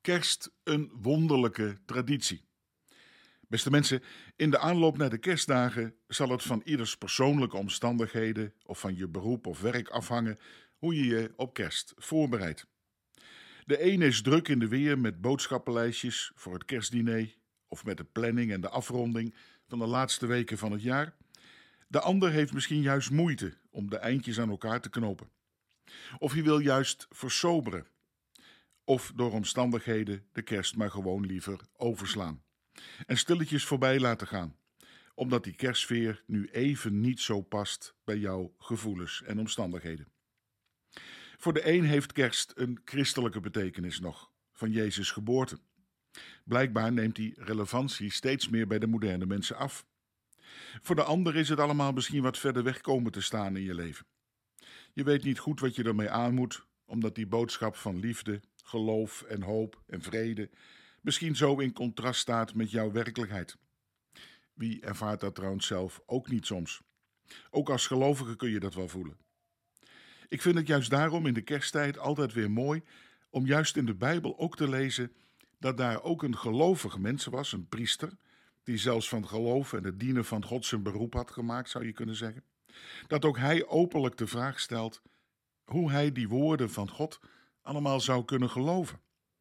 Kerst een wonderlijke traditie. Beste mensen, in de aanloop naar de kerstdagen zal het van ieders persoonlijke omstandigheden of van je beroep of werk afhangen hoe je je op kerst voorbereidt. De een is druk in de weer met boodschappenlijstjes voor het kerstdiner of met de planning en de afronding van de laatste weken van het jaar. De ander heeft misschien juist moeite om de eindjes aan elkaar te knopen. Of hij wil juist versoberen. Of door omstandigheden de kerst maar gewoon liever overslaan. En stilletjes voorbij laten gaan. Omdat die kerstsfeer nu even niet zo past bij jouw gevoelens en omstandigheden. Voor de een heeft kerst een christelijke betekenis nog, van Jezus' geboorte. Blijkbaar neemt die relevantie steeds meer bij de moderne mensen af. Voor de ander is het allemaal misschien wat verder weg komen te staan in je leven. Je weet niet goed wat je ermee aan moet, omdat die boodschap van liefde, geloof en hoop en vrede misschien zo in contrast staat met jouw werkelijkheid. Wie ervaart dat trouwens zelf ook niet soms? Ook als gelovige kun je dat wel voelen. Ik vind het juist daarom in de kersttijd altijd weer mooi om juist in de Bijbel ook te lezen dat daar ook een gelovig mens was, een priester, die zelfs van geloof en het dienen van God zijn beroep had gemaakt, zou je kunnen zeggen. Dat ook hij openlijk de vraag stelt hoe hij die woorden van God allemaal zou kunnen geloven.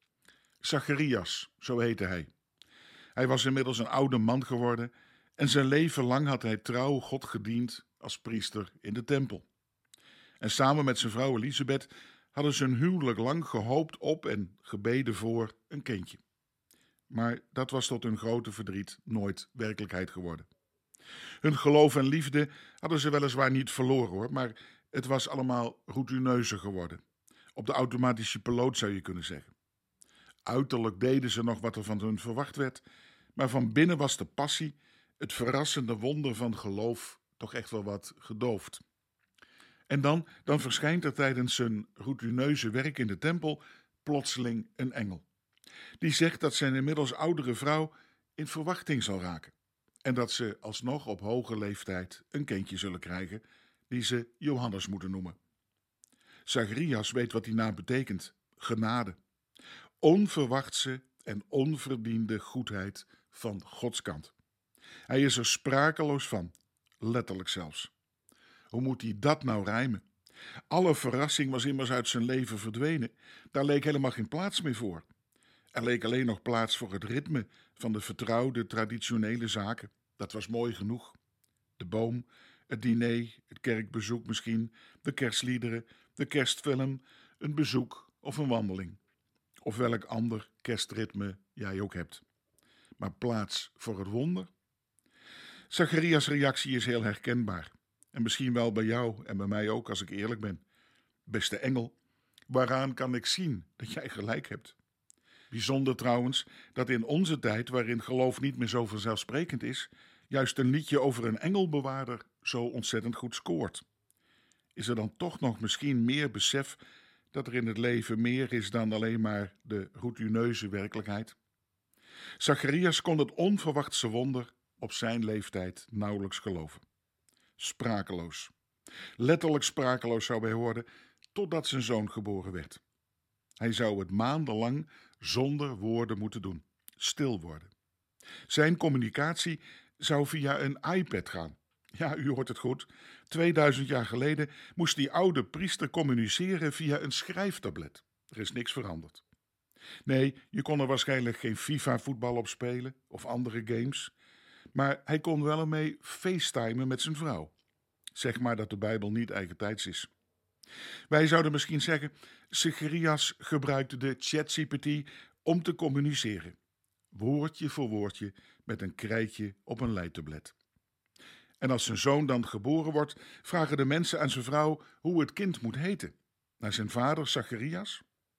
Zacharias, zo heette hij. Hij was inmiddels een oude man geworden en zijn leven lang had hij trouw God gediend als priester in de tempel. En samen met zijn vrouw Elisabeth hadden ze hun huwelijk lang gehoopt op en gebeden voor een kindje. Maar dat was tot hun grote verdriet nooit werkelijkheid geworden. Hun geloof en liefde hadden ze weliswaar niet verloren hoor, maar het was allemaal routineuzer geworden. Op de automatische piloot zou je kunnen zeggen. Uiterlijk deden ze nog wat er van hun verwacht werd, maar van binnen was de passie, het verrassende wonder van geloof, toch echt wel wat gedoofd. En dan verschijnt er tijdens zijn routineuze werk in de tempel plotseling een engel. Die zegt dat zijn inmiddels oudere vrouw in verwachting zal raken. En dat ze alsnog op hoge leeftijd een kindje zullen krijgen, die ze Johannes moeten noemen. Zacharias weet wat die naam betekent: genade. Onverwachtse en onverdiende goedheid van Gods kant. Hij is er sprakeloos van, letterlijk zelfs. Hoe moet hij dat nou rijmen? Alle verrassing was immers uit zijn leven verdwenen. Daar leek helemaal geen plaats meer voor. Er leek alleen nog plaats voor het ritme van de vertrouwde, traditionele zaken. Dat was mooi genoeg. De boom, het diner, het kerkbezoek misschien, de kerstliederen, de kerstfilm, een bezoek of een wandeling. Of welk ander kerstritme jij ook hebt. Maar plaats voor het wonder? Zacharias' reactie is heel herkenbaar. En misschien wel bij jou en bij mij ook, als ik eerlijk ben. Beste engel, waaraan kan ik zien dat jij gelijk hebt? Bijzonder trouwens dat in onze tijd, waarin geloof niet meer zo vanzelfsprekend is, juist een liedje over een engelbewaarder zo ontzettend goed scoort. Is er dan toch nog misschien meer besef dat er in het leven meer is dan alleen maar de routineuze werkelijkheid? Zacharias kon het onverwachte wonder op zijn leeftijd nauwelijks geloven. Sprakeloos. Letterlijk sprakeloos zou hij worden, totdat zijn zoon geboren werd. Hij zou het maandenlang zonder woorden moeten doen, stil worden. Zijn communicatie zou via een iPad gaan. Ja, u hoort het goed. 2000 jaar geleden moest die oude priester communiceren via een schrijftablet. Er is niks veranderd. Nee, je kon er waarschijnlijk geen FIFA-voetbal op spelen of andere games, maar hij kon wel ermee facetimen met zijn vrouw. Zeg maar dat de Bijbel niet eigentijds is. Wij zouden misschien zeggen, Zacharias gebruikte de ChatGPT om te communiceren. Woordje voor woordje met een krijtje op een leitablet. En als zijn zoon dan geboren wordt, vragen de mensen aan zijn vrouw hoe het kind moet heten. Naar zijn vader Zacharias?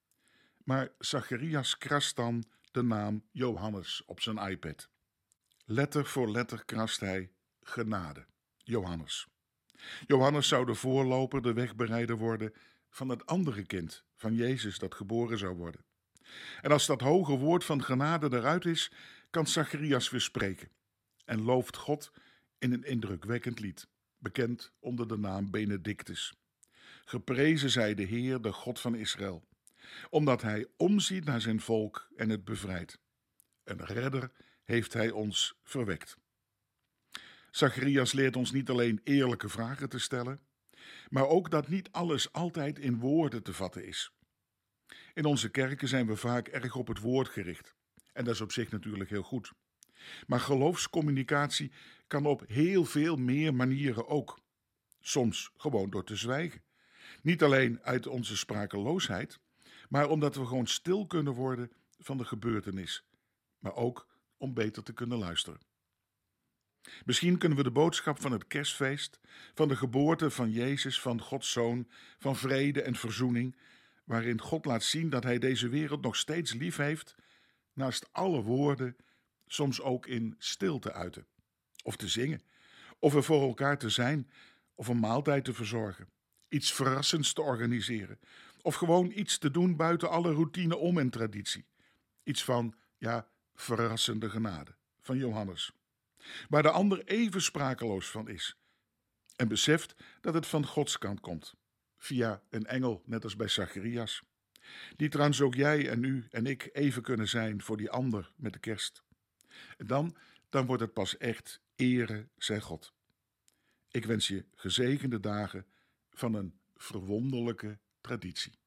Maar Zacharias krast dan de naam Johannes op zijn iPad. Letter voor letter krast hij genade, Johannes. Johannes zou de voorloper, de wegbereider worden van het andere kind, van Jezus dat geboren zou worden. En als dat hoge woord van genade eruit is, kan Zacharias weer spreken en looft God in een indrukwekkend lied, bekend onder de naam Benedictus. Geprezen zij de Heer, de God van Israël. omdat hij omziet naar zijn volk en het bevrijdt. Een redder heeft hij ons verwekt. Zacharias leert ons niet alleen eerlijke vragen te stellen, maar ook dat niet alles altijd in woorden te vatten is. In onze kerken zijn we vaak erg op het woord gericht. En dat is op zich natuurlijk heel goed. Maar geloofscommunicatie kan op heel veel meer manieren ook. Soms gewoon door te zwijgen. Niet alleen uit onze sprakeloosheid, maar omdat we gewoon stil kunnen worden van de gebeurtenis. Maar ook om beter te kunnen luisteren. Misschien kunnen we de boodschap van het kerstfeest, van de geboorte van Jezus, van Gods Zoon, van vrede en verzoening, waarin God laat zien dat Hij deze wereld nog steeds lief heeft, naast alle woorden, soms ook in stilte uiten. Of te zingen, of er voor elkaar te zijn, of een maaltijd te verzorgen, iets verrassends te organiseren, of gewoon iets te doen buiten alle routine om en traditie. Iets van, verrassende genade, van Johannes. Waar de ander even sprakeloos van is en beseft dat het van Gods kant komt, via een engel, net als bij Zacharias, die trouwens ook jij en u en ik even kunnen zijn voor die ander met de kerst. En dan wordt het pas echt ere zij God. Ik wens je gezegende dagen van een verwonderlijke traditie.